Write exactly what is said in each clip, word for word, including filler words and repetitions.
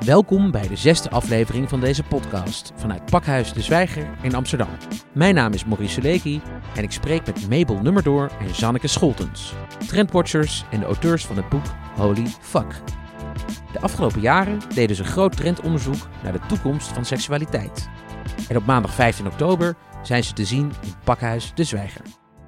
Welkom bij de zesde aflevering van deze podcast vanuit Pakhuis de Zwijger in Amsterdam. Mijn naam is Maurice Seleki en ik spreek met Mabel Nummerdoor en Zanneke Scholtens, trendwatchers en de auteurs van het boek Holy Fuck. De afgelopen jaren deden ze groot trendonderzoek naar de toekomst van seksualiteit. En op maandag vijftien oktober zijn ze te zien in Pakhuis de Zwijger.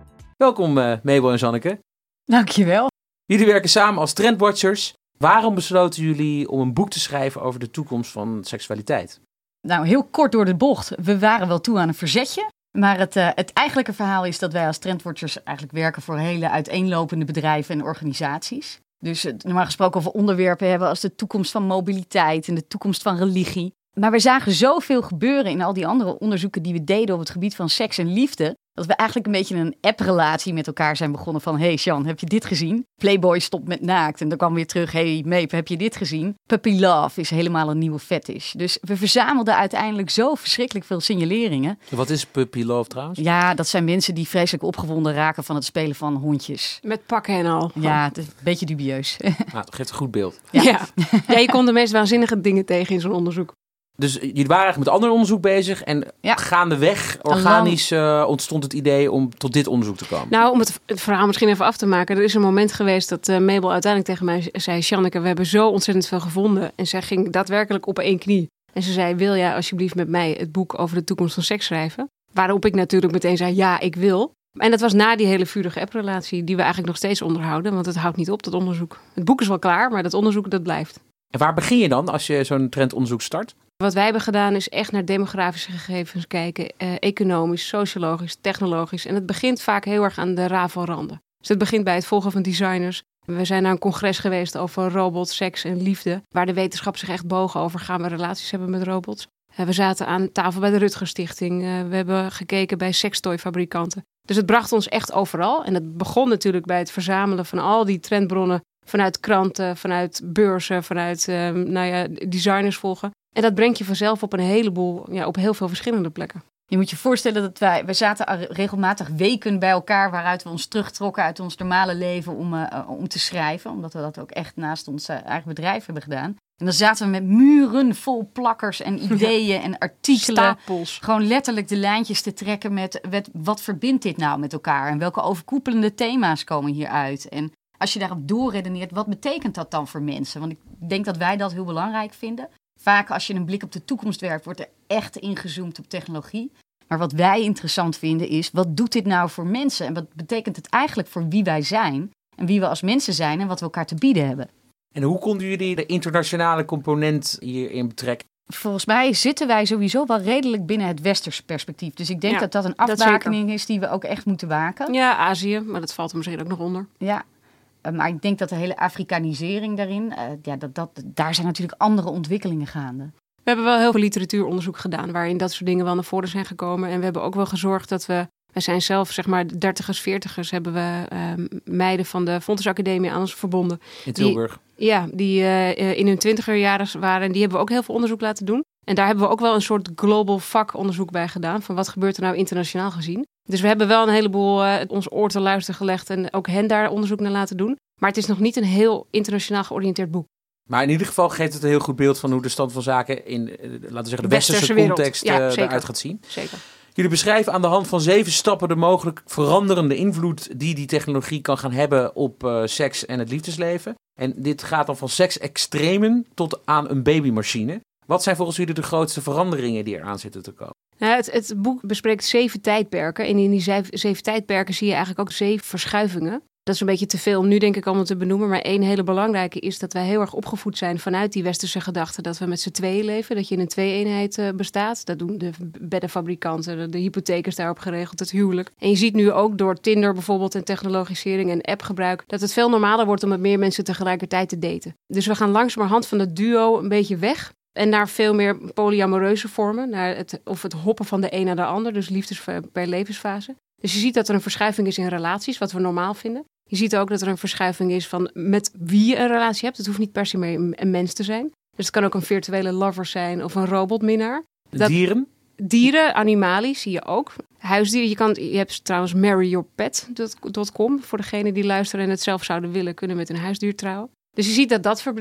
Welkom uh, Mabel en Zanneke. Dankjewel. Jullie werken samen als trendwatchers. Waarom besloten jullie om een boek te schrijven over de toekomst van seksualiteit? Nou, heel kort door de bocht. We waren wel toe aan een verzetje. Maar het, uh, het eigenlijke verhaal is dat wij als trendwatchers eigenlijk werken voor hele uiteenlopende bedrijven en organisaties. Dus uh, normaal gesproken over onderwerpen hebben als de toekomst van mobiliteit en de toekomst van religie. Maar we zagen zoveel gebeuren in al die andere onderzoeken die we deden op het gebied van seks en liefde, dat we eigenlijk een beetje een apprelatie met elkaar zijn begonnen van, hey Sjan, heb je dit gezien? Playboy stopt met naakt. En dan kwam weer terug, hey Meep, heb je dit gezien? Puppy love is helemaal een nieuwe fetish. Dus we verzamelden uiteindelijk zo verschrikkelijk veel signaleringen. Wat is puppy love trouwens? Ja, dat zijn mensen die vreselijk opgewonden raken van het spelen van hondjes. Met pakken en al. Ja, het is een beetje dubieus. Nou, dat geeft een goed beeld. Ja. Ja. Ja, je kon de meest waanzinnige dingen tegen in zo'n onderzoek. Dus jullie waren eigenlijk met ander onderzoek bezig en ja. gaandeweg organisch uh, ontstond het idee om tot dit onderzoek te komen. Nou, om het, het verhaal misschien even af te maken. Er is een moment geweest dat uh, Mabel uiteindelijk tegen mij zei, Sjanneke, we hebben zo ontzettend veel gevonden. En zij ging daadwerkelijk op één knie. En ze zei, wil jij alsjeblieft met mij het boek over de toekomst van seks schrijven? Waarop ik natuurlijk meteen zei, ja, ik wil. En dat was na die hele vurige apprelatie die we eigenlijk nog steeds onderhouden. Want het houdt niet op, dat onderzoek. Het boek is wel klaar, maar dat onderzoek, dat blijft. En waar begin je dan als je zo'n trendonderzoek start? Wat wij hebben gedaan is echt naar demografische gegevens kijken. Eh, economisch, sociologisch, technologisch. En het begint vaak heel erg aan de rafelranden. Dus het begint bij het volgen van designers. We zijn naar een congres geweest over robots, seks en liefde. Waar de wetenschap zich echt bogen over, gaan we relaties hebben met robots? Uh, we zaten aan tafel bij de Rutgers Stichting. Uh, we hebben gekeken bij sextoyfabrikanten. Dus het bracht ons echt overal. En het begon natuurlijk bij het verzamelen van al die trendbronnen. Vanuit kranten, vanuit beurzen, vanuit uh, nou ja, designers volgen. En dat brengt je vanzelf op een heleboel, ja, op heel veel verschillende plekken. Je moet je voorstellen dat wij, we zaten regelmatig weken bij elkaar waaruit we ons terugtrokken uit ons normale leven om, uh, om te schrijven. Omdat we dat ook echt naast ons uh, eigen bedrijf hebben gedaan. En dan zaten we met muren vol plakkers en ideeën ja. en artikelen. Stapels. Gewoon letterlijk de lijntjes te trekken met, met wat verbindt dit nou met elkaar? En welke overkoepelende thema's komen hieruit? En als je daarop doorredeneert, wat betekent dat dan voor mensen? Want ik denk dat wij dat heel belangrijk vinden. Vaak als je een blik op de toekomst werpt, wordt er echt ingezoomd op technologie. Maar wat wij interessant vinden is, wat doet dit nou voor mensen? En wat betekent het eigenlijk voor wie wij zijn? En wie we als mensen zijn en wat we elkaar te bieden hebben? En hoe konden jullie de internationale component hierin betrekken? Volgens mij zitten wij sowieso wel redelijk binnen het westerse perspectief. Dus ik denk ja, dat dat een afbakening is die we ook echt moeten waken. Ja, Azië, maar dat valt er misschien ook nog onder. Ja. Maar ik denk dat de hele Afrikanisering daarin, uh, ja, dat, dat, daar zijn natuurlijk andere ontwikkelingen gaande. We hebben wel heel veel literatuuronderzoek gedaan waarin dat soort dingen wel naar voren zijn gekomen. En we hebben ook wel gezorgd dat we, we zijn zelf zeg maar dertigers, veertigers, hebben we uh, meiden van de Fontys Academie aan ons verbonden. In Tilburg. Die, ja, die uh, in hun twintiger jaren waren en die hebben we ook heel veel onderzoek laten doen. En daar hebben we ook wel een soort global vakonderzoek bij gedaan van wat gebeurt er nou internationaal gezien. Dus we hebben wel een heleboel uh, ons oor te luisteren gelegd en ook hen daar onderzoek naar laten doen. Maar het is nog niet een heel internationaal georiënteerd boek. Maar in ieder geval geeft het een heel goed beeld van hoe de stand van zaken in, uh, laten we zeggen, de westerse, westerse context ja, uh, eruit gaat zien. Zeker. Jullie beschrijven aan de hand van zeven stappen de mogelijk veranderende invloed die die technologie kan gaan hebben op uh, seks en het liefdesleven. En dit gaat dan van seksextremen tot aan een babymachine. Wat zijn volgens jullie de grootste veranderingen die eraan zitten te komen? Nou, het, het boek bespreekt zeven tijdperken. En in die zeven, zeven tijdperken zie je eigenlijk ook zeven verschuivingen. Dat is een beetje te veel om nu denk ik allemaal te benoemen. Maar één hele belangrijke is dat wij heel erg opgevoed zijn vanuit die westerse gedachte. Dat we met z'n tweeën leven. Dat je in een twee-eenheid uh, bestaat. Dat doen de beddenfabrikanten, de, de hypothekers daarop geregeld, het huwelijk. En je ziet nu ook door Tinder bijvoorbeeld en technologisering en appgebruik. Dat het veel normaler wordt om met meer mensen tegelijkertijd te daten. Dus we gaan langzamerhand van het duo een beetje weg. En naar veel meer polyamoreuze vormen. Naar het, of het hoppen van de een naar de ander. Dus liefdes per levensfase. Dus je ziet dat er een verschuiving is in relaties. Wat we normaal vinden. Je ziet ook dat er een verschuiving is van met wie je een relatie hebt. Het hoeft niet per se meer een mens te zijn. Dus het kan ook een virtuele lover zijn of een robotminnaar. Dat, dieren? Dieren, animalie zie je ook. Huisdieren, je, kan, je hebt trouwens marry your pet dot com. Voor degenen die luisteren en het zelf zouden willen, kunnen met een huisdier trouwen. Dus je ziet dat dat verbreedt.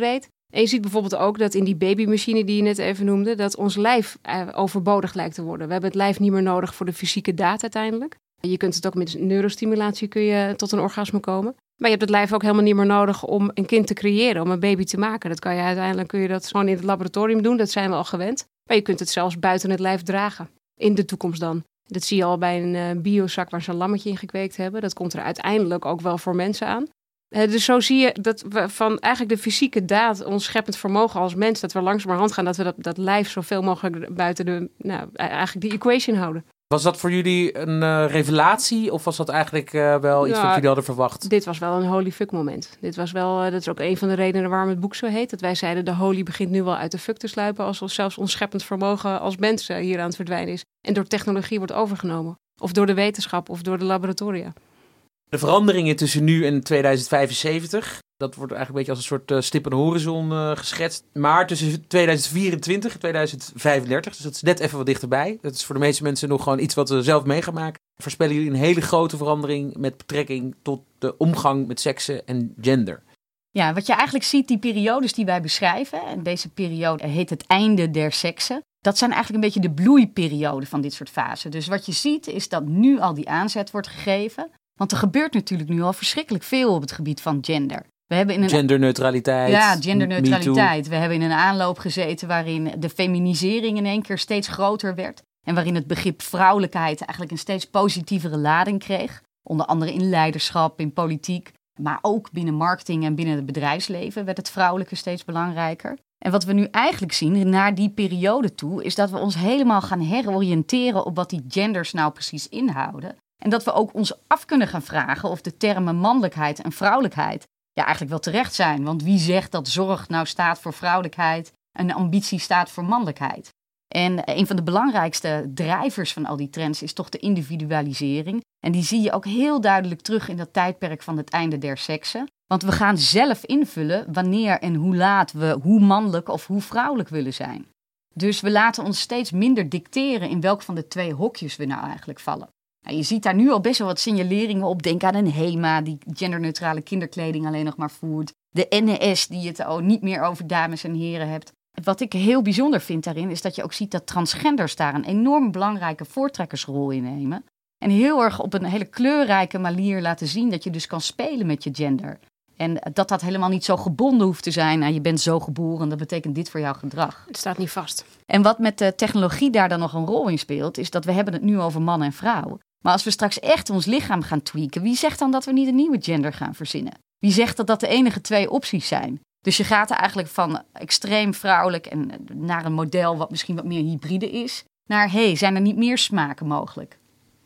En je ziet bijvoorbeeld ook dat in die babymachine die je net even noemde, dat ons lijf uh, overbodig lijkt te worden. We hebben het lijf niet meer nodig voor de fysieke daad uiteindelijk. Je kunt het ook met neurostimulatie kun je tot een orgasme komen. Maar je hebt het lijf ook helemaal niet meer nodig om een kind te creëren, om een baby te maken. Dat kan je uiteindelijk kun je dat gewoon in het laboratorium doen, dat zijn we al gewend. Maar je kunt het zelfs buiten het lijf dragen, in de toekomst dan. Dat zie je al bij een uh, biozak waar ze een lammetje in gekweekt hebben. Dat komt er uiteindelijk ook wel voor mensen aan. Uh, dus zo zie je dat we van eigenlijk de fysieke daad, ons scheppend vermogen als mens, dat we langzamerhand gaan, dat we dat, dat lijf zoveel mogelijk buiten de, nou, eigenlijk die equation houden. Was dat voor jullie een uh, revelatie of was dat eigenlijk uh, wel iets nou, wat jullie hadden verwacht? Dit was wel een holy fuck moment. Dit was wel, uh, dat is ook een van de redenen waarom het boek zo heet. Dat wij zeiden de holy begint nu wel uit de fuck te sluipen als zelfs ons scheppend vermogen als mensen hier aan het verdwijnen is. En door technologie wordt overgenomen. Of door de wetenschap of door de laboratoria. De veranderingen tussen nu en tweeduizend vijfenzeventig, dat wordt eigenlijk een beetje als een soort uh, stip aan de horizon uh, geschetst. Maar tussen tweeduizend vierentwintig en tweeduizend vijfendertig, dus dat is net even wat dichterbij. Dat is voor de meeste mensen nog gewoon iets wat ze zelf mee gaan maken. Voorspellen jullie een hele grote verandering met betrekking tot de omgang met seksen en gender. Ja, wat je eigenlijk ziet, die periodes die wij beschrijven, en deze periode heet het einde der seksen. Dat zijn eigenlijk een beetje de bloeiperioden van dit soort fasen. Dus wat je ziet is dat nu al die aanzet wordt gegeven. Want er gebeurt natuurlijk nu al verschrikkelijk veel op het gebied van gender. We hebben in een... Genderneutraliteit. Ja, genderneutraliteit. We hebben in een aanloop gezeten waarin de feminisering in één keer steeds groter werd. En waarin het begrip vrouwelijkheid eigenlijk een steeds positievere lading kreeg. Onder andere in leiderschap, in politiek. Maar ook binnen marketing en binnen het bedrijfsleven werd het vrouwelijke steeds belangrijker. En wat we nu eigenlijk zien naar die periode toe, is dat we ons helemaal gaan heroriënteren op wat die genders nou precies inhouden. En dat we ook ons af kunnen gaan vragen of de termen mannelijkheid en vrouwelijkheid ja, eigenlijk wel terecht zijn. Want wie zegt dat zorg nou staat voor vrouwelijkheid en ambitie staat voor mannelijkheid? En een van de belangrijkste drijvers van al die trends is toch de individualisering. En die zie je ook heel duidelijk terug in dat tijdperk van het einde der seksen. Want we gaan zelf invullen wanneer en hoe laat we hoe mannelijk of hoe vrouwelijk willen zijn. Dus we laten ons steeds minder dicteren in welk van de twee hokjes we nou eigenlijk vallen. Nou, je ziet daar nu al best wel wat signaleringen op. Denk aan een HEMA die genderneutrale kinderkleding alleen nog maar voert. De N E S die het al niet meer over dames en heren hebt. Wat ik heel bijzonder vind daarin is dat je ook ziet dat transgenders daar een enorm belangrijke voortrekkersrol in nemen. En heel erg op een hele kleurrijke manier laten zien dat je dus kan spelen met je gender. En dat dat helemaal niet zo gebonden hoeft te zijn. Nou, je bent zo geboren, dat betekent dit voor jouw gedrag. Het staat niet vast. En wat met de technologie daar dan nog een rol in speelt, is dat we hebben het nu over man en vrouw. Maar als we straks echt ons lichaam gaan tweaken, wie zegt dan dat we niet een nieuwe gender gaan verzinnen? Wie zegt dat dat de enige twee opties zijn? Dus je gaat er eigenlijk van extreem vrouwelijk en naar een model wat misschien wat meer hybride is, naar hey, zijn er niet meer smaken mogelijk?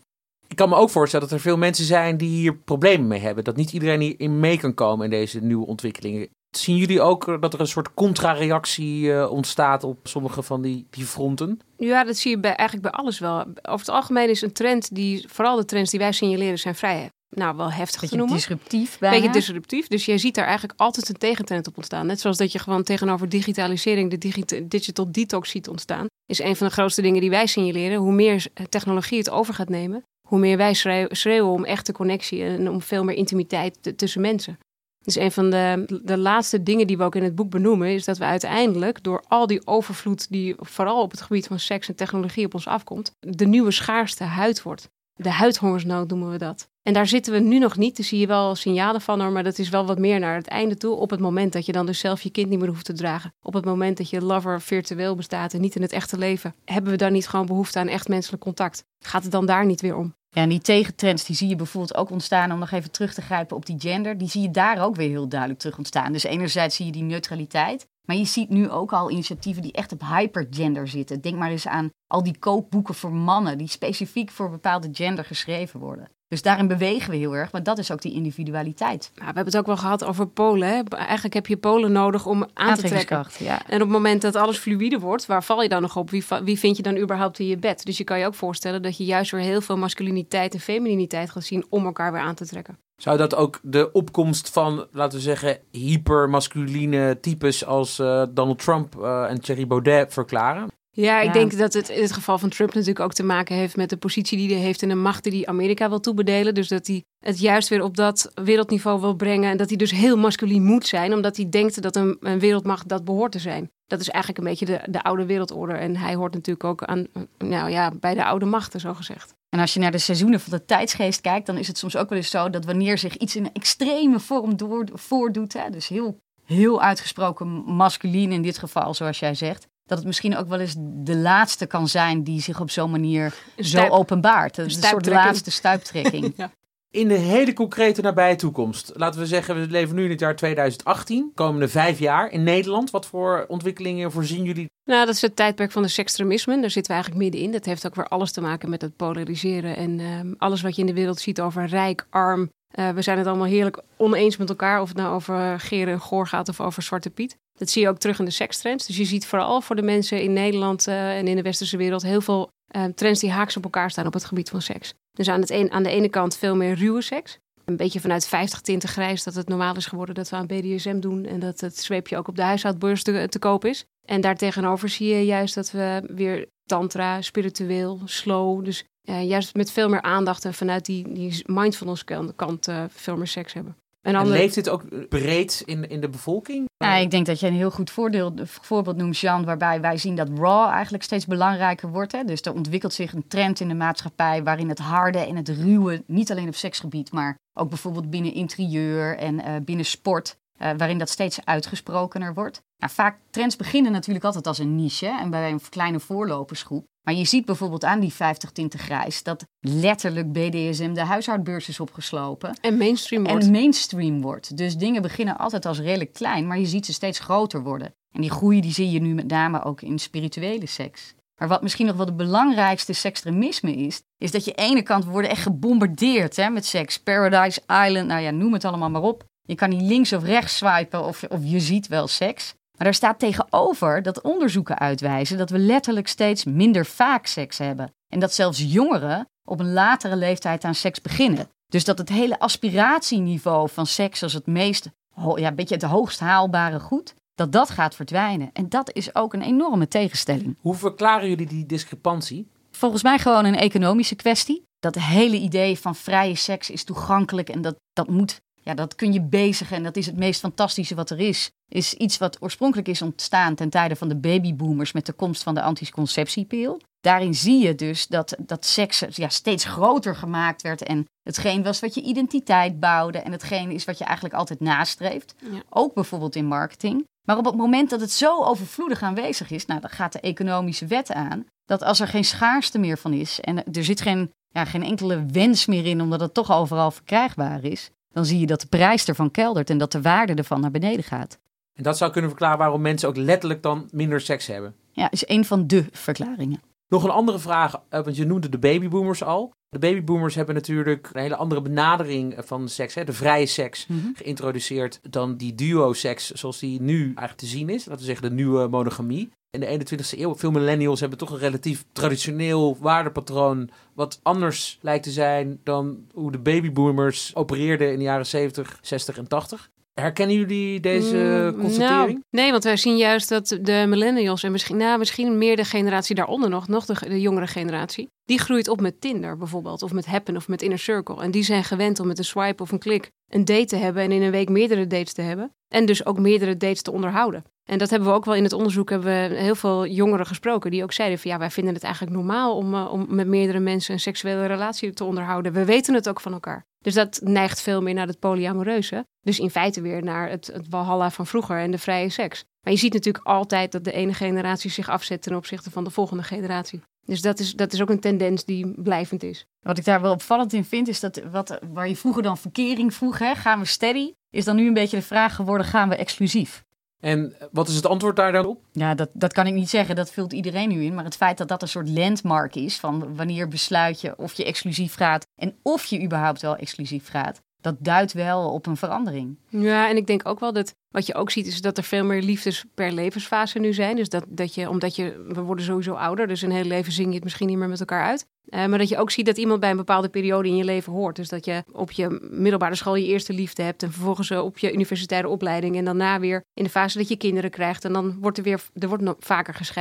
Ik kan me ook voorstellen dat er veel mensen zijn die hier problemen mee hebben. Dat niet iedereen hierin mee kan komen in deze nieuwe ontwikkelingen. Zien jullie ook dat er een soort contra-reactie uh, ontstaat op sommige van die, die fronten? Ja, dat zie je bij, eigenlijk bij alles wel. Over het algemeen is een trend die, vooral de trends die wij signaleren, zijn vrij, nou wel heftig Beetje te noemen. disruptief bijna. Beetje disruptief. Dus jij ziet daar eigenlijk altijd een tegentrend op ontstaan. Net zoals dat je gewoon tegenover digitalisering de digi- digital detox ziet ontstaan. Is een van de grootste dingen die wij signaleren. Hoe meer technologie het over gaat nemen, hoe meer wij schreeuwen om echte connectie en om veel meer intimiteit t- tussen mensen. Dus een van de, de laatste dingen die we ook in het boek benoemen, is dat we uiteindelijk door al die overvloed die vooral op het gebied van seks en technologie op ons afkomt, de nieuwe schaarste huid wordt. De huidhongersnood noemen we dat. En daar zitten we nu nog niet. Daar zie je wel signalen van, hoor, maar dat is wel wat meer naar het einde toe. Op het moment dat je dan dus zelf je kind niet meer hoeft te dragen. Op het moment dat je lover virtueel bestaat en niet in het echte leven. Hebben we dan niet gewoon behoefte aan echt menselijk contact? Gaat het dan daar niet weer om? Ja, en die tegentrends die zie je bijvoorbeeld ook ontstaan, om nog even terug te grijpen op die gender. Die zie je daar ook weer heel duidelijk terug ontstaan. Dus enerzijds zie je die neutraliteit. Maar je ziet nu ook al initiatieven die echt op hypergender zitten. Denk maar eens aan al die kookboeken voor mannen die specifiek voor bepaalde gender geschreven worden. Dus daarin bewegen we heel erg, maar dat is ook die individualiteit. Nou, we hebben het ook wel gehad over polen. Hè? Eigenlijk heb je polen nodig om aan te trekken. Ja. En op het moment dat alles fluïde wordt, waar val je dan nog op? Wie, wie vind je dan überhaupt in je bed? Dus je kan je ook voorstellen dat je juist weer heel veel masculiniteit en femininiteit gaat zien om elkaar weer aan te trekken. Zou dat ook de opkomst van, laten we zeggen, hypermasculine types als uh, Donald Trump uh, en Thierry Baudet verklaren? Ja, ik Ja. denk dat het in het geval van Trump natuurlijk ook te maken heeft met de positie die hij heeft en de machten die Amerika wil toebedelen. Dus dat hij het juist weer op dat wereldniveau wil brengen en dat hij dus heel masculien moet zijn, omdat hij denkt dat een, een wereldmacht dat behoort te zijn. Dat is eigenlijk een beetje de, de oude wereldorde en hij hoort natuurlijk ook aan, nou ja, bij de oude machten, zo gezegd. En als je naar de seizoenen van de tijdsgeest kijkt, dan is het soms ook wel eens zo dat wanneer zich iets in een extreme vorm door, voordoet, hè, dus heel, heel uitgesproken masculien in dit geval, zoals jij zegt, dat het misschien ook wel eens de laatste kan zijn die zich op zo'n manier Stuip, zo openbaart. Een soort stuiptrekking. laatste stuiptrekking. Ja. In de hele concrete nabije toekomst. Laten we zeggen, we leven nu in het jaar tweeduizend achttien. Komende vijf jaar in Nederland. Wat voor ontwikkelingen voorzien jullie? Nou, dat is het tijdperk van de sekstremisme. Daar zitten we eigenlijk middenin. Dat heeft ook weer alles te maken met het polariseren. En uh, alles wat je in de wereld ziet over rijk, arm. Uh, we zijn het allemaal heerlijk oneens met elkaar. Of het nou over Geren en Goor gaat of over Zwarte Piet. Dat zie je ook terug in de sekstrends. Dus je ziet vooral voor de mensen in Nederland uh, en in de westerse wereld heel veel uh, trends die haaks op elkaar staan op het gebied van seks. Dus aan, het een, aan de ene kant veel meer ruwe seks. Een beetje vanuit vijftig tinten grijs dat het normaal is geworden dat we aan B D S M doen. En dat het zweepje ook op de huishoudbeurs te, te koop is. En daartegenover zie je juist dat we weer tantra, spiritueel, slow. Dus uh, juist met veel meer aandacht en vanuit die, die mindfulness kant uh, veel meer seks hebben. En andere... leeft dit ook breed in, in de bevolking? Ja, ik denk dat je een heel goed voordeel, voorbeeld noemt, Jean, waarbij wij zien dat raw eigenlijk steeds belangrijker wordt. Hè? Dus er ontwikkelt zich een trend in de maatschappij waarin het harde en het ruwe, niet alleen op seksgebied, maar ook bijvoorbeeld binnen interieur en uh, binnen sport, uh, waarin dat steeds uitgesprokener wordt. Nou, vaak trends beginnen natuurlijk altijd als een niche hè, en bij een kleine voorlopersgroep. Maar je ziet bijvoorbeeld aan die vijftig tinten grijs dat letterlijk B D S M de huishoudbeurs is opgeslopen. En mainstream wordt. En mainstream wordt. Dus dingen beginnen altijd als redelijk klein, maar je ziet ze steeds groter worden. En die groei die zie je nu met name ook in spirituele seks. Maar wat misschien nog wel de belangrijkste sekstremisme is, is dat je aan de ene kant we worden echt gebombardeerd hè, met seks. Paradise Island, nou ja, noem het allemaal maar op. Je kan niet links of rechts swipen of, of je ziet wel seks. Maar daar staat tegenover dat onderzoeken uitwijzen dat we letterlijk steeds minder vaak seks hebben. En dat zelfs jongeren op een latere leeftijd aan seks beginnen. Dus dat het hele aspiratieniveau van seks als het meest, ja, een beetje het hoogst haalbare goed, dat dat gaat verdwijnen. En dat is ook een enorme tegenstelling. Hoe verklaren jullie die discrepantie? Volgens mij gewoon een economische kwestie. Dat hele idee van vrije seks is toegankelijk en dat, dat moet... Ja, dat kun je bezigen en dat is het meest fantastische wat er is. Is iets wat oorspronkelijk is ontstaan ten tijde van de babyboomers met de komst van de anticonceptiepil. Daarin zie je dus dat, dat seks ja, steeds groter gemaakt werd en hetgeen was wat je identiteit bouwde en hetgeen is wat je eigenlijk altijd nastreeft. Ja. Ook bijvoorbeeld in marketing. Maar op het moment dat het zo overvloedig aanwezig is, nou, dan gaat de economische wet aan dat als er geen schaarste meer van is en er zit geen, ja, geen enkele wens meer in omdat het toch overal verkrijgbaar is, dan zie je dat de prijs ervan keldert en dat de waarde ervan naar beneden gaat. En dat zou kunnen verklaren waarom mensen ook letterlijk dan minder seks hebben. Ja, is een van de verklaringen. Nog een andere vraag, want je noemde de babyboomers al. De babyboomers hebben natuurlijk een hele andere benadering van seks, hè, de vrije seks, mm-hmm. geïntroduceerd dan die duo-seks zoals die nu eigenlijk te zien is. Laten we zeggen de nieuwe monogamie. In de eenentwintigste eeuw, veel millennials hebben toch een relatief traditioneel waardepatroon wat anders lijkt te zijn dan hoe de babyboomers opereerden in de jaren zeventig, zestig en tachtig. Herkennen jullie deze mm, constatering? Nou, nee, want wij zien juist dat de millennials en misschien, nou, misschien meer de generatie daaronder nog, nog de, de jongere generatie, die groeit op met Tinder bijvoorbeeld, of met Happn of met Inner Circle. En die zijn gewend om met een swipe of een klik een date te hebben en in een week meerdere dates te hebben. En dus ook meerdere dates te onderhouden. En dat hebben we ook wel in het onderzoek, hebben we heel veel jongeren gesproken die ook zeiden van ja, wij vinden het eigenlijk normaal om, uh, om met meerdere mensen een seksuele relatie te onderhouden. We weten het ook van elkaar. Dus dat neigt veel meer naar het polyamoreuze. Dus in feite weer naar het, het walhalla van vroeger en de vrije seks. Maar je ziet natuurlijk altijd dat de ene generatie zich afzet ten opzichte van de volgende generatie. Dus dat is, dat is ook een tendens die blijvend is. Wat ik daar wel opvallend in vind, is dat wat, waar je vroeger dan verkering vroeg, hè, gaan we steady, is dan nu een beetje de vraag geworden, gaan we exclusief? En wat is het antwoord daar dan op? Ja, dat, dat kan ik niet zeggen. Dat vult iedereen nu in. Maar het feit dat dat een soort landmark is van wanneer besluit je of je exclusief gaat en of je überhaupt wel exclusief gaat, dat duidt wel op een verandering. Ja, en ik denk ook wel dat wat je ook ziet is dat er veel meer liefdes per levensfase nu zijn. Dus dat, dat je, omdat je, we worden sowieso ouder, dus een heel leven zing je het misschien niet meer met elkaar uit. Uh, maar dat je ook ziet dat iemand bij een bepaalde periode in je leven hoort. Dus dat je op je middelbare school je eerste liefde hebt en vervolgens op je universitaire opleiding en daarna weer in de fase dat je kinderen krijgt. En dan wordt er weer, er wordt nog vaker gescheiden.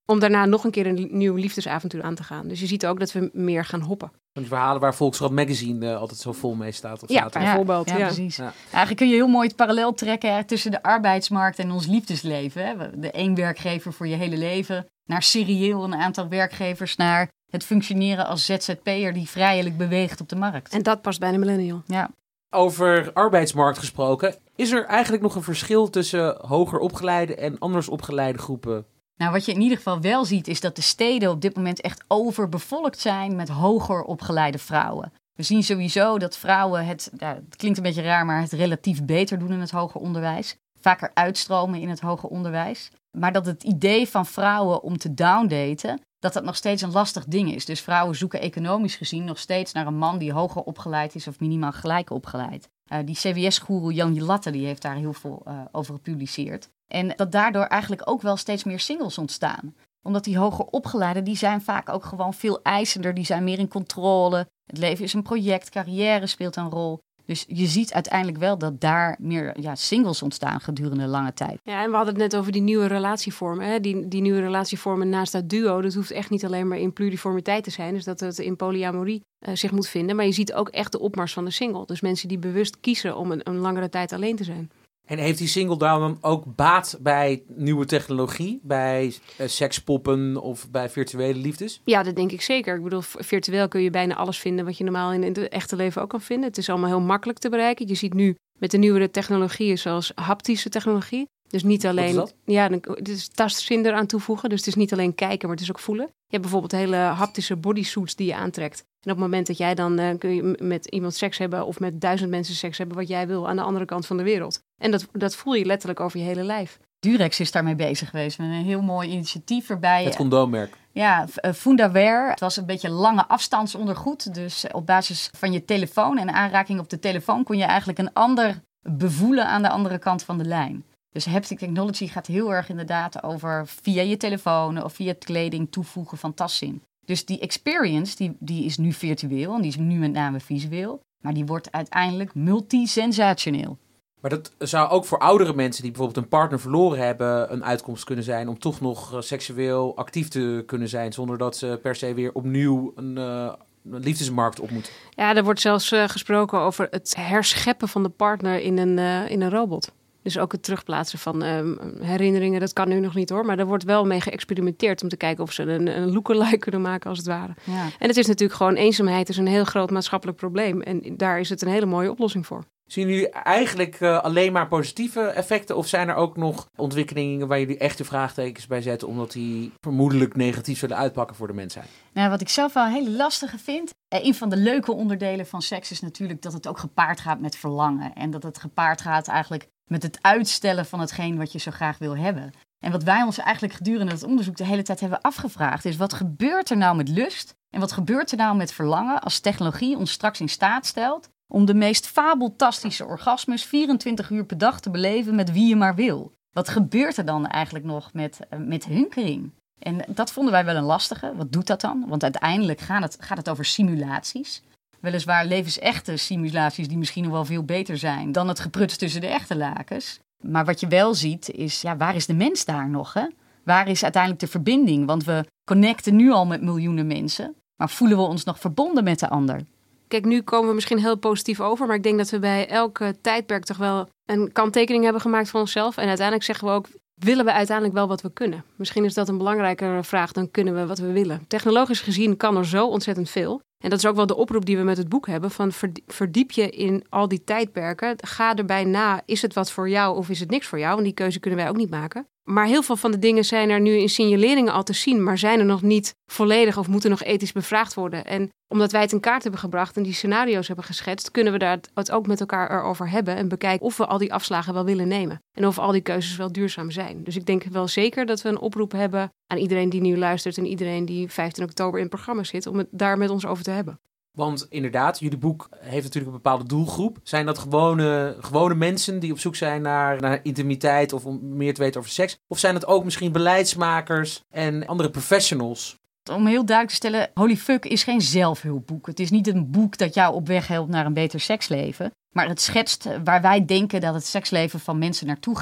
om daarna nog een keer een nieuw liefdesavontuur aan te gaan. Dus je ziet ook dat we meer gaan hoppen. Van die verhalen waar Volkskrant Magazine uh, altijd zo vol mee staat. Of ja, staat bijvoorbeeld. Ja, ja, ja. precies. Ja. Eigenlijk kun je heel mooi het parallel trekken hè, tussen de arbeidsmarkt en ons liefdesleven. Hè. De één werkgever voor je hele leven, naar serieel een aantal werkgevers, naar het functioneren als Z Z P'er die vrijelijk beweegt op de markt. En dat past bij de millennial. Ja. Over arbeidsmarkt gesproken, is er eigenlijk nog een verschil tussen hoger opgeleide en anders opgeleide groepen? Nou, wat je in ieder geval wel ziet, is dat de steden op dit moment echt overbevolkt zijn met hoger opgeleide vrouwen. We zien sowieso dat vrouwen het, ja, het klinkt een beetje raar, maar het relatief beter doen in het hoger onderwijs. Vaker uitstromen in het hoger onderwijs. Maar dat het idee van vrouwen om te downdaten, dat dat nog steeds een lastig ding is. Dus vrouwen zoeken economisch gezien nog steeds naar een man die hoger opgeleid is of minimaal gelijk opgeleid. Uh, die C W S-goeroe Jan Jelatte die heeft daar heel veel uh, over gepubliceerd. En dat daardoor eigenlijk ook wel steeds meer singles ontstaan. Omdat die hoger opgeleiden, die zijn vaak ook gewoon veel eisender. Die zijn meer in controle. Het leven is een project, carrière speelt een rol. Dus je ziet uiteindelijk wel dat daar meer ja, singles ontstaan gedurende lange tijd. Ja, en we hadden het net over die nieuwe relatievormen. Hè? Die, die nieuwe relatievormen naast dat duo, dat hoeft echt niet alleen maar in pluriformiteit te zijn. Dus dat het in polyamorie uh, zich moet vinden. Maar je ziet ook echt de opmars van de single. Dus mensen die bewust kiezen om een, een langere tijd alleen te zijn. En heeft die single dan ook baat bij nieuwe technologie? Bij uh, sekspoppen of bij virtuele liefdes? Ja, dat denk ik zeker. Ik bedoel, virtueel kun je bijna alles vinden wat je normaal in het echte leven ook kan vinden. Het is allemaal heel makkelijk te bereiken. Je ziet nu met de nieuwere technologieën zoals haptische technologie. Dus niet alleen... Wat is dat? Ja, het is tastzin eraan toevoegen. Dus het is niet alleen kijken, maar het is ook voelen. Je hebt bijvoorbeeld hele haptische bodysuits die je aantrekt. En op het moment dat jij dan uh, kun je met iemand seks hebben of met duizend mensen seks hebben wat jij wil aan de andere kant van de wereld. En dat, dat voel je letterlijk over je hele lijf. Durex is daarmee bezig geweest met een heel mooi initiatief erbij. Het condoommerk. Ja, Fundawear. Het was een beetje lange afstandsondergoed. Dus op basis van je telefoon en aanraking op de telefoon kon je eigenlijk een ander bevoelen aan de andere kant van de lijn. Dus haptic technology gaat heel erg inderdaad over via je telefoon of via kleding toevoegen van tastzin. Dus die experience die, die is nu virtueel en die is nu met name visueel. Maar die wordt uiteindelijk multisensationeel. Maar dat zou ook voor oudere mensen die bijvoorbeeld een partner verloren hebben een uitkomst kunnen zijn om toch nog uh, seksueel actief te kunnen zijn zonder dat ze per se weer opnieuw een, uh, een liefdesmarkt op moeten. Ja, er wordt zelfs uh, gesproken over het herscheppen van de partner in een, uh, in een robot. Dus ook het terugplaatsen van um, herinneringen, dat kan nu nog niet hoor. Maar er wordt wel mee geëxperimenteerd om te kijken of ze een, een lookalike kunnen maken als het ware. Ja. En het is natuurlijk gewoon, eenzaamheid is een heel groot maatschappelijk probleem. En daar is het een hele mooie oplossing voor. Zien jullie eigenlijk uh, alleen maar positieve effecten? Of zijn er ook nog ontwikkelingen waar jullie echte vraagtekens bij zetten omdat die vermoedelijk negatief zullen uitpakken voor de mensheid? Nou, wat ik zelf wel een hele lastige vind. Eh, een van de leuke onderdelen van seks is natuurlijk dat het ook gepaard gaat met verlangen. En dat het gepaard gaat eigenlijk met het uitstellen van hetgeen wat je zo graag wil hebben. En wat wij ons eigenlijk gedurende het onderzoek de hele tijd hebben afgevraagd is: wat gebeurt er nou met lust? En wat gebeurt er nou met verlangen als technologie ons straks in staat stelt om de meest fabeltastische orgasmes vierentwintig uur per dag te beleven met wie je maar wil? Wat gebeurt er dan eigenlijk nog met, uh, met hunkering? En dat vonden wij wel een lastige. Wat doet dat dan? Want uiteindelijk gaat het, gaat het over simulaties. Weliswaar levensechte simulaties die misschien nog wel veel beter zijn dan het gepruts tussen de echte lakens. Maar wat je wel ziet is, ja, waar is de mens daar nog? Hè? Waar is uiteindelijk de verbinding? Want we connecten nu al met miljoenen mensen, maar voelen we ons nog verbonden met de ander? Kijk, nu komen we misschien heel positief over, maar ik denk dat we bij elke tijdperk toch wel een kanttekening hebben gemaakt van onszelf. En uiteindelijk zeggen we ook, willen we uiteindelijk wel wat we kunnen? Misschien is dat een belangrijkere vraag dan kunnen we wat we willen. Technologisch gezien kan er zo ontzettend veel. En dat is ook wel de oproep die we met het boek hebben, van verdiep je in al die tijdperken. Ga erbij na, is het wat voor jou of is het niks voor jou? En die keuze kunnen wij ook niet maken. Maar heel veel van de dingen zijn er nu in signaleringen al te zien, maar zijn er nog niet volledig of moeten nog ethisch bevraagd worden. En omdat wij het in kaart hebben gebracht en die scenario's hebben geschetst, kunnen we daar het ook met elkaar erover hebben en bekijken of we al die afslagen wel willen nemen. En of al die keuzes wel duurzaam zijn. Dus ik denk wel zeker dat we een oproep hebben aan iedereen die nu luistert en iedereen die vijftien oktober in het programma zit, om het daar met ons over te hebben. Want inderdaad, jullie boek heeft natuurlijk een bepaalde doelgroep. Zijn dat gewone, gewone mensen die op zoek zijn naar, naar intimiteit of om meer te weten over seks? Of zijn het ook misschien beleidsmakers en andere professionals? Om heel duidelijk te stellen, Holy Fuck is geen zelfhulpboek. Het is niet een boek dat jou op weg helpt naar een beter seksleven. Maar het schetst waar wij denken dat het seksleven van mensen naartoe gaat.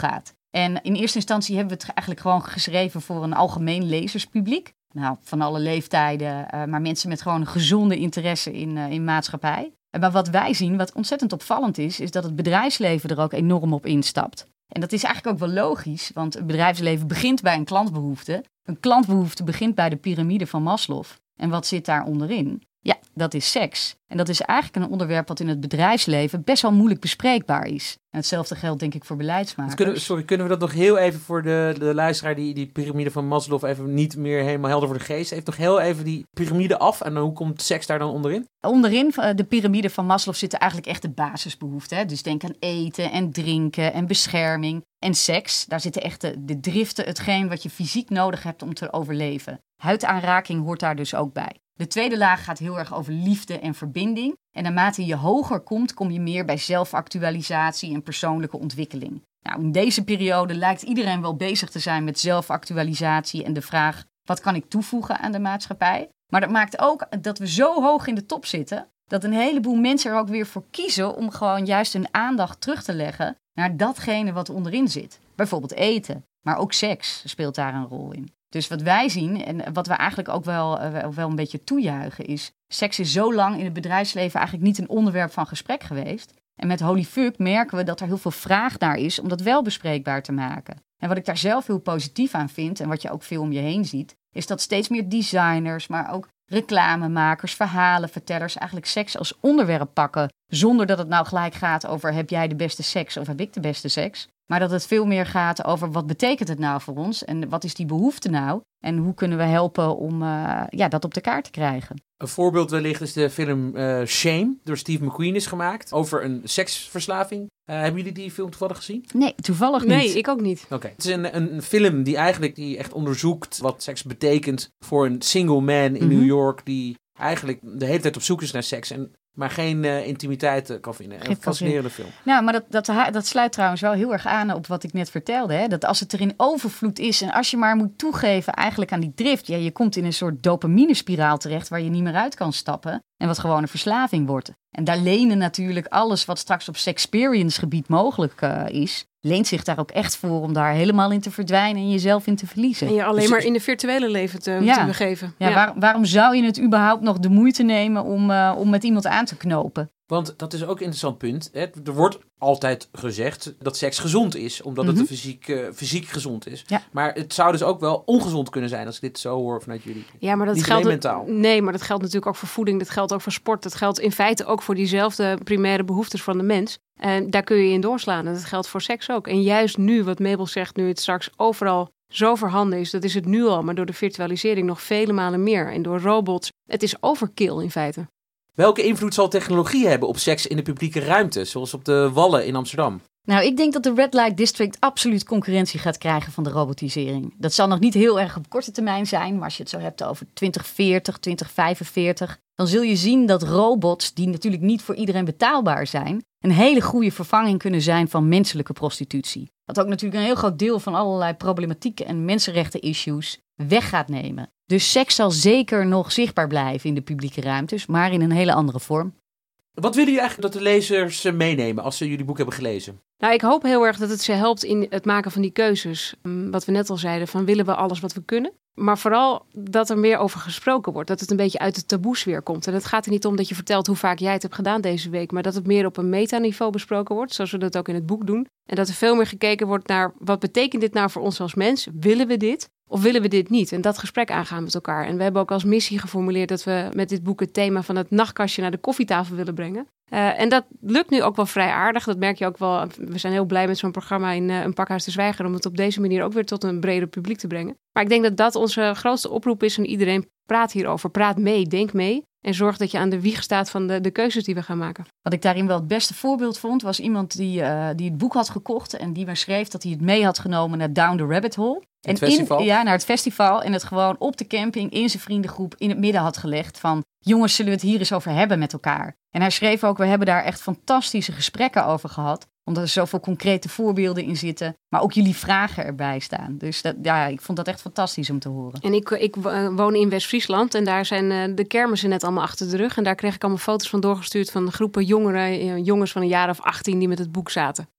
En in eerste instantie hebben we het eigenlijk gewoon geschreven voor een algemeen lezerspubliek. Nou, van alle leeftijden, uh, maar mensen met gewoon een gezonde interesse in, uh, in maatschappij. Maar wat wij zien, wat ontzettend opvallend is, is dat het bedrijfsleven er ook enorm op instapt. En dat is eigenlijk ook wel logisch, want het bedrijfsleven begint bij een klantbehoefte. Een klantbehoefte begint bij de piramide van Maslow. En wat zit daar onderin? Ja, dat is seks. En dat is eigenlijk een onderwerp wat in het bedrijfsleven best wel moeilijk bespreekbaar is. En hetzelfde geldt denk ik voor beleidsmakers. Kunnen, sorry, kunnen we dat nog heel even voor de, de luisteraar die die piramide van Maslow even niet meer helemaal helder voor de geest heeft? Nog heel even die piramide af en hoe komt seks daar dan onderin? Onderin de piramide van Maslow zitten eigenlijk echt de basisbehoeften. Hè? Dus denk aan eten en drinken en bescherming en seks. Daar zitten echt de, de driften, hetgeen wat je fysiek nodig hebt om te overleven. Huidaanraking hoort daar dus ook bij. De tweede laag gaat heel erg over liefde en verbinding. En naarmate je hoger komt, kom je meer bij zelfactualisatie en persoonlijke ontwikkeling. Nou, in deze periode lijkt iedereen wel bezig te zijn met zelfactualisatie en de vraag, wat kan ik toevoegen aan de maatschappij? Maar dat maakt ook dat we zo hoog in de top zitten, dat een heleboel mensen er ook weer voor kiezen om gewoon juist hun aandacht terug te leggen naar datgene wat onderin zit. Bijvoorbeeld eten, maar ook seks speelt daar een rol in. Dus wat wij zien en wat we eigenlijk ook wel, uh, wel een beetje toejuichen is, seks is zo lang in het bedrijfsleven eigenlijk niet een onderwerp van gesprek geweest. En met Holy Fuck merken we dat er heel veel vraag naar is om dat wel bespreekbaar te maken. En wat ik daar zelf heel positief aan vind en wat je ook veel om je heen ziet, is dat steeds meer designers, maar ook reclamemakers, verhalenvertellers eigenlijk seks als onderwerp pakken. Zonder dat het nou gelijk gaat over heb jij de beste seks of heb ik de beste seks. Maar dat het veel meer gaat over wat betekent het nou voor ons en wat is die behoefte nou? En hoe kunnen we helpen om uh, ja, dat op de kaart te krijgen? Een voorbeeld wellicht is de film uh, Shame, door Steve McQueen is gemaakt, over een seksverslaving. Uh, hebben jullie die film toevallig gezien? Nee, toevallig niet. Nee, ik ook niet. Oké. Okay. Het is een, een film die eigenlijk die echt onderzoekt wat seks betekent voor een single man in mm-hmm. New York die eigenlijk de hele tijd op zoek is naar seks en maar geen uh, intimiteit uh, kan vinden. Een fascinerende film. Nou, maar dat, dat, dat sluit trouwens wel heel erg aan op wat ik net vertelde. Hè? Dat als het er in overvloed is en als je maar moet toegeven eigenlijk aan die drift. Ja, je komt in een soort dopamine-spiraal terecht waar je niet meer uit kan stappen. En wat gewoon een verslaving wordt. En daar lenen natuurlijk alles wat straks op sexperience gebied mogelijk uh, is. Leent zich daar ook echt voor om daar helemaal in te verdwijnen en jezelf in te verliezen. En je alleen dus, maar in de virtuele leven te, ja. te begeven. Ja, ja. Waar, waarom zou je het überhaupt nog de moeite nemen om, uh, om met iemand aan te knopen? Want dat is ook een interessant punt. Hè? Er wordt altijd gezegd dat seks gezond is, omdat Mm-hmm. het fysiek, uh, fysiek gezond is. Ja. Maar het zou dus ook wel ongezond kunnen zijn als ik dit zo hoor vanuit jullie. Ja, maar dat Niet geldt alleen mentaal. Nee, maar dat geldt natuurlijk ook voor voeding, dat geldt ook voor sport. Dat geldt in feite ook voor diezelfde primaire behoeftes van de mens. En daar kun je in doorslaan. En dat geldt voor seks ook. En juist nu, wat Mabel zegt, nu het straks overal zo voorhanden is, dat is het nu al, maar door de virtualisering nog vele malen meer. En door robots. Het is overkill in feite. Welke invloed zal technologie hebben op seks in de publieke ruimte, zoals op de Wallen in Amsterdam? Nou, ik denk dat de Red Light District absoluut concurrentie gaat krijgen van de robotisering. Dat zal nog niet heel erg op korte termijn zijn, maar als je het zo hebt over twintig veertig, twintig vijfenveertig, dan zul je zien dat robots, die natuurlijk niet voor iedereen betaalbaar zijn, een hele goede vervanging kunnen zijn van menselijke prostitutie. Wat ook natuurlijk een heel groot deel van allerlei problematieken en mensenrechten-issues weg gaat nemen. Dus seks zal zeker nog zichtbaar blijven in de publieke ruimtes, maar in een hele andere vorm. Wat willen jullie eigenlijk dat de lezers meenemen als ze jullie boek hebben gelezen? Nou, ik hoop heel erg dat het ze helpt in het maken van die keuzes. Wat we net al zeiden, van willen we alles wat we kunnen? Maar vooral dat er meer over gesproken wordt. Dat het een beetje uit de taboesfeer komt. En het gaat er niet om dat je vertelt hoe vaak jij het hebt gedaan deze week. Maar dat het meer op een metaniveau besproken wordt. Zoals we dat ook in het boek doen. En dat er veel meer gekeken wordt naar wat betekent dit nou voor ons als mens? Willen we dit? Of willen we dit niet? En dat gesprek aangaan met elkaar. En we hebben ook als missie geformuleerd dat we met dit boek het thema van het nachtkastje naar de koffietafel willen brengen. Uh, en dat lukt nu ook wel vrij aardig. Dat merk je ook wel. We zijn heel blij met zo'n programma in uh, een Pakhuis de Zwijger om het op deze manier ook weer tot een breder publiek te brengen. Maar ik denk dat dat onze grootste oproep is en iedereen praat hierover. Praat mee, denk mee. En zorg dat je aan de wieg staat van de, de keuzes die we gaan maken. Wat ik daarin wel het beste voorbeeld vond, was iemand die, uh, die het boek had gekocht en die maar schreef dat hij het mee had genomen naar Down the Rabbit Hole. Het en festival? In, ja, naar het festival. En het gewoon op de camping in zijn vriendengroep in het midden had gelegd van, jongens, zullen we het hier eens over hebben met elkaar? En hij schreef ook, we hebben daar echt fantastische gesprekken over gehad. Omdat er zoveel concrete voorbeelden in zitten. Maar ook jullie vragen erbij staan. Dus dat, ja, ik vond dat echt fantastisch om te horen. En ik, ik woon in West-Friesland. En daar zijn de kermissen net allemaal achter de rug. En daar kreeg ik allemaal foto's van doorgestuurd van groepen jongeren, jongens van een jaar of achttien die met het boek zaten.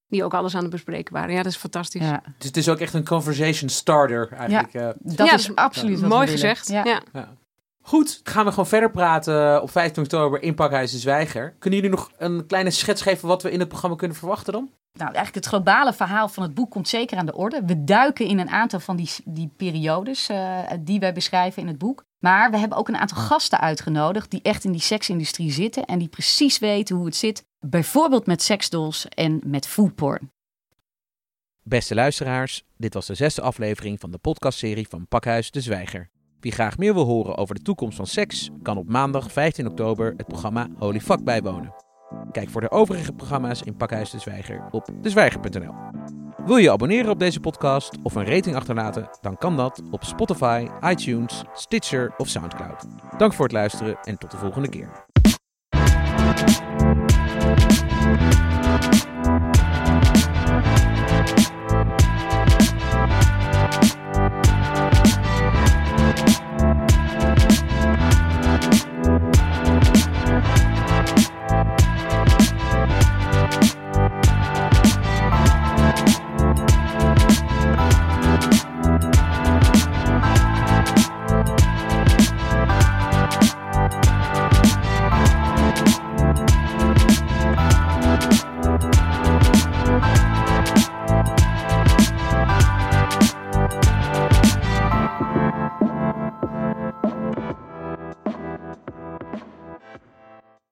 Die ook alles aan het bespreken waren. Ja, dat is fantastisch. Ja. Dus het is ook echt een conversation starter eigenlijk. Ja, uh, dat ja, is absoluut ja, wat mooi we gezegd. Ja. Ja. Ja. Goed, gaan we gewoon verder praten op vijftien oktober in Pakhuis de Zwijger. Kunnen jullie nog een kleine schets geven wat we in het programma kunnen verwachten dan? Nou, eigenlijk het globale verhaal van het boek komt zeker aan de orde. We duiken in een aantal van die, die periodes uh, die wij beschrijven in het boek. Maar we hebben ook een aantal gasten uitgenodigd die echt in die seksindustrie zitten en die precies weten hoe het zit. Bijvoorbeeld met seksdolls en met foodporn. Beste luisteraars, dit was de zesde aflevering van de podcastserie van Pakhuis de Zwijger. Wie graag meer wil horen over de toekomst van seks, kan op maandag vijftien oktober het programma Holy Fuck bijwonen. Kijk voor de overige programma's in Pakhuis de Zwijger op de zwijger punt n l. Wil je abonneren op deze podcast of een rating achterlaten, dan kan dat op Spotify, iTunes, Stitcher of Soundcloud. Dank voor het luisteren en tot de volgende keer.